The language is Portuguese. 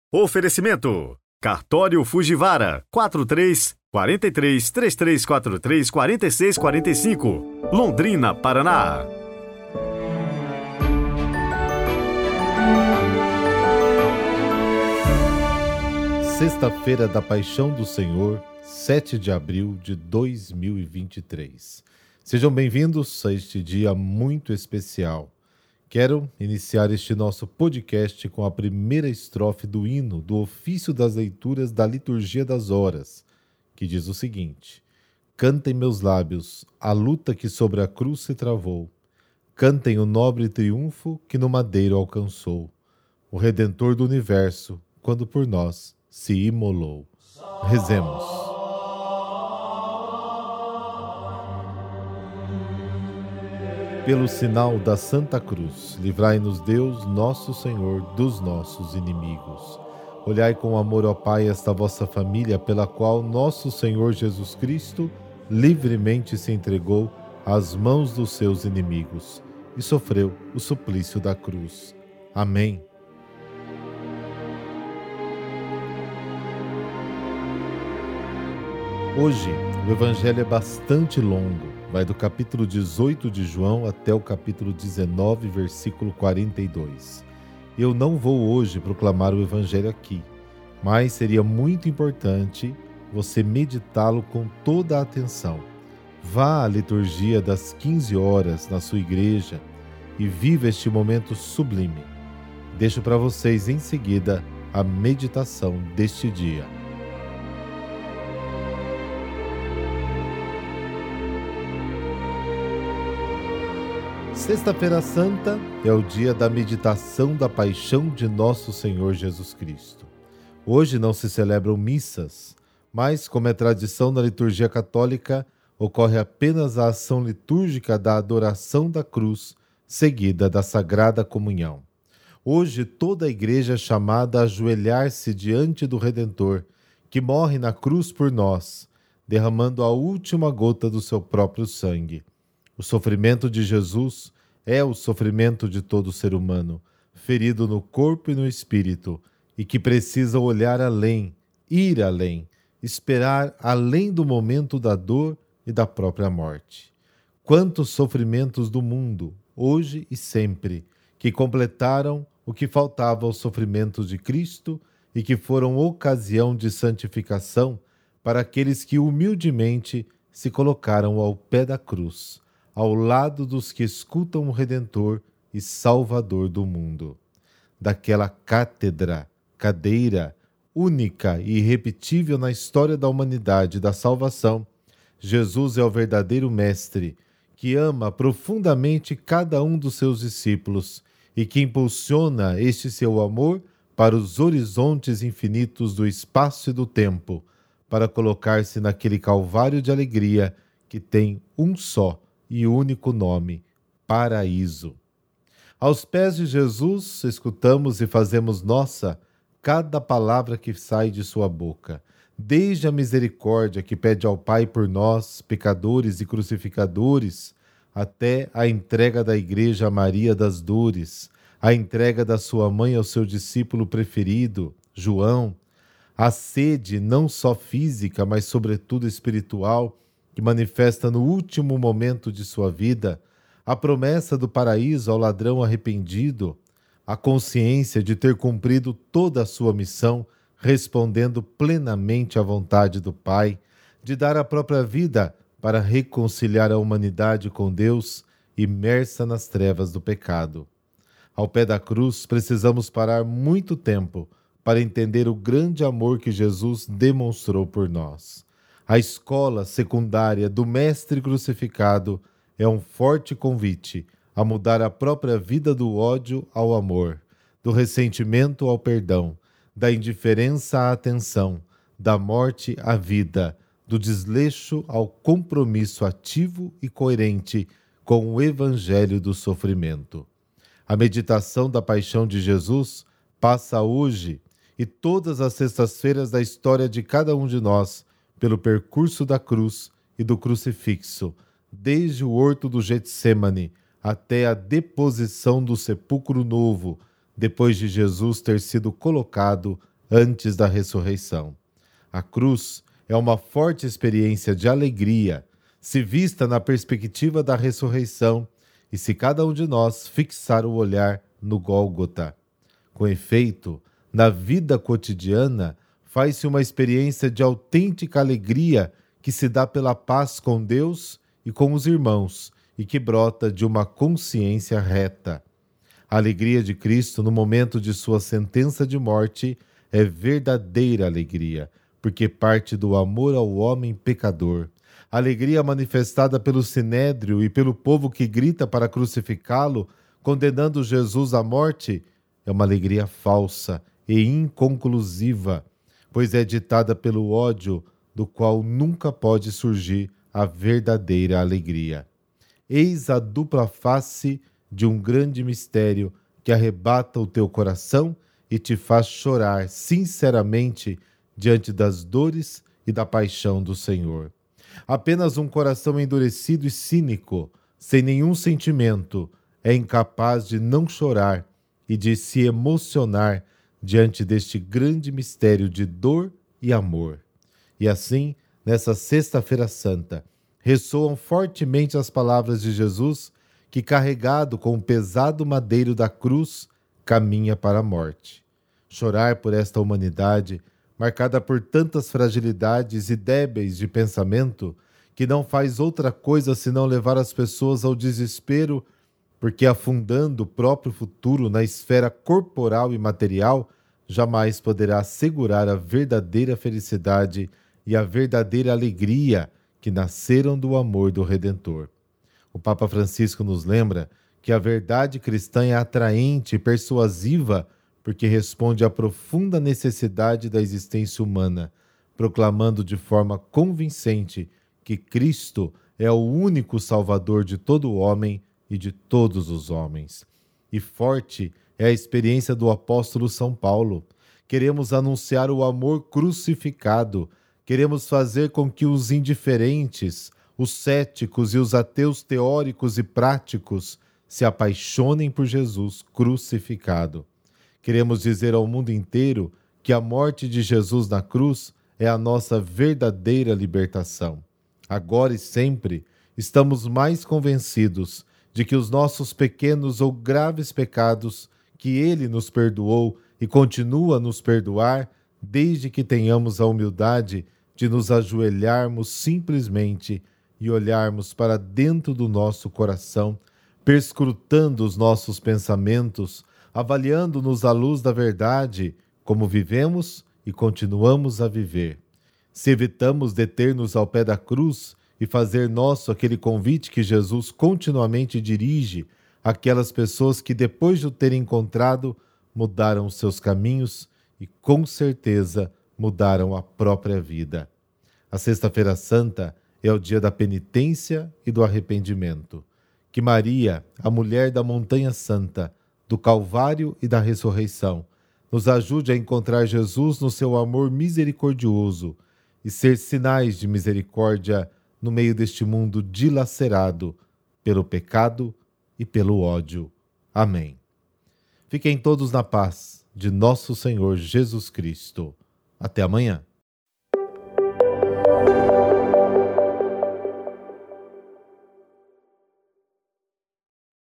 Oferecimento: Cartório Fujiwara 43-3343-4645, Londrina, Paraná. Sexta-feira da Paixão do Senhor, 7 de abril de 2023. Sejam bem-vindos a este dia muito especial. Quero iniciar este nosso podcast com a primeira estrofe do hino do ofício das leituras da Liturgia das Horas, que diz o seguinte: Cantem meus lábios a luta que sobre a cruz se travou, cantem o nobre triunfo que no madeiro alcançou, o Redentor do Universo, quando por nós se imolou. Rezemos. Pelo sinal da Santa Cruz, livrai-nos Deus, nosso Senhor, dos nossos inimigos. Olhai com amor, ó Pai, esta vossa família, pela qual nosso Senhor Jesus Cristo livremente se entregou às mãos dos seus inimigos e sofreu o suplício da cruz. Amém. Hoje, o Evangelho é bastante longo. Vai do capítulo 18 de João até o capítulo 19, versículo 42. Eu não vou hoje proclamar o Evangelho aqui, mas seria muito importante você meditá-lo com toda a atenção. Vá à liturgia das 15 horas na sua igreja e viva este momento sublime. Deixo para vocês em seguida a meditação deste dia. Sexta-feira Santa é o dia da meditação da paixão de nosso Senhor Jesus Cristo. Hoje não se celebram missas, mas, como é tradição na liturgia católica, ocorre apenas a ação litúrgica da adoração da cruz, seguida da Sagrada Comunhão. Hoje toda a igreja é chamada a ajoelhar-se diante do Redentor, que morre na cruz por nós, derramando a última gota do seu próprio sangue. O sofrimento de Jesus é o sofrimento de todo ser humano, ferido no corpo e no espírito, e que precisa olhar além, ir além, esperar além do momento da dor e da própria morte. Quantos sofrimentos do mundo, hoje e sempre, que completaram o que faltava aos sofrimentos de Cristo e que foram ocasião de santificação para aqueles que humildemente se colocaram ao pé da cruz, ao lado dos que escutam o Redentor e Salvador do mundo. Daquela cadeira, única e irrepetível na história da humanidade e da salvação, Jesus é o verdadeiro Mestre, que ama profundamente cada um dos seus discípulos e que impulsiona este seu amor para os horizontes infinitos do espaço e do tempo, para colocar-se naquele calvário de alegria que tem um só e único nome: paraíso. Aos pés de Jesus, escutamos e fazemos nossa cada palavra que sai de sua boca, desde a misericórdia que pede ao Pai por nós, pecadores e crucificadores, até a entrega da Igreja a Maria das Dores, a entrega da sua mãe ao seu discípulo preferido, João, a sede não só física, mas sobretudo espiritual, que manifesta no último momento de sua vida a promessa do paraíso ao ladrão arrependido, a consciência de ter cumprido toda a sua missão, respondendo plenamente à vontade do Pai, de dar a própria vida para reconciliar a humanidade com Deus, imersa nas trevas do pecado. Ao pé da cruz, precisamos parar muito tempo para entender o grande amor que Jesus demonstrou por nós. A escola secundária do Mestre crucificado é um forte convite a mudar a própria vida do ódio ao amor, do ressentimento ao perdão, da indiferença à atenção, da morte à vida, do desleixo ao compromisso ativo e coerente com o Evangelho do sofrimento. A meditação da paixão de Jesus passa hoje e todas as sextas-feiras da história de cada um de nós pelo percurso da cruz e do crucifixo, desde o horto do Getsêmani até a deposição do sepulcro novo, depois de Jesus ter sido colocado antes da ressurreição. A cruz é uma forte experiência de alegria, se vista na perspectiva da ressurreição e se cada um de nós fixar o olhar no Gólgota. Com efeito, na vida cotidiana, faz-se uma experiência de autêntica alegria que se dá pela paz com Deus e com os irmãos e que brota de uma consciência reta. A alegria de Cristo no momento de sua sentença de morte é verdadeira alegria, porque parte do amor ao homem pecador. A alegria manifestada pelo Sinédrio e pelo povo que grita para crucificá-lo, condenando Jesus à morte, é uma alegria falsa e inconclusiva, pois é ditada pelo ódio, do qual nunca pode surgir a verdadeira alegria. Eis a dupla face de um grande mistério que arrebata o teu coração e te faz chorar sinceramente diante das dores e da paixão do Senhor. Apenas um coração endurecido e cínico, sem nenhum sentimento, é incapaz de não chorar e de se emocionar diante deste grande mistério de dor e amor. E assim, nessa Sexta-feira Santa, ressoam fortemente as palavras de Jesus que, carregado com o pesado madeiro da cruz, caminha para a morte. Chorar por esta humanidade, marcada por tantas fragilidades e débeis de pensamento, que não faz outra coisa senão levar as pessoas ao desespero, porque afundando o próprio futuro na esfera corporal e material, jamais poderá assegurar a verdadeira felicidade e a verdadeira alegria que nasceram do amor do Redentor. O Papa Francisco nos lembra que a verdade cristã é atraente e persuasiva porque responde à profunda necessidade da existência humana, proclamando de forma convincente que Cristo é o único Salvador de todo homem e de todos os homens. E forte é a experiência do apóstolo São Paulo. Queremos anunciar o amor crucificado, queremos fazer com que os indiferentes, os céticos e os ateus teóricos e práticos se apaixonem por Jesus crucificado. Queremos dizer ao mundo inteiro que a morte de Jesus na cruz é a nossa verdadeira libertação. Agora e sempre, estamos mais convencidos de que os nossos pequenos ou graves pecados, que Ele nos perdoou e continua a nos perdoar, desde que tenhamos a humildade de nos ajoelharmos simplesmente e olharmos para dentro do nosso coração, perscrutando os nossos pensamentos, avaliando-nos à luz da verdade, como vivemos e continuamos a viver. Se evitamos deter-nos ao pé da cruz e fazer nosso aquele convite que Jesus continuamente dirige àquelas pessoas que, depois de o terem encontrado, mudaram os seus caminhos e, com certeza, mudaram a própria vida. A Sexta-feira Santa é o dia da penitência e do arrependimento. Que Maria, a mulher da Montanha Santa, do Calvário e da Ressurreição, nos ajude a encontrar Jesus no seu amor misericordioso e ser sinais de misericórdia no meio deste mundo dilacerado pelo pecado e pelo ódio. Amém. Fiquem todos na paz de nosso Senhor Jesus Cristo. Até amanhã.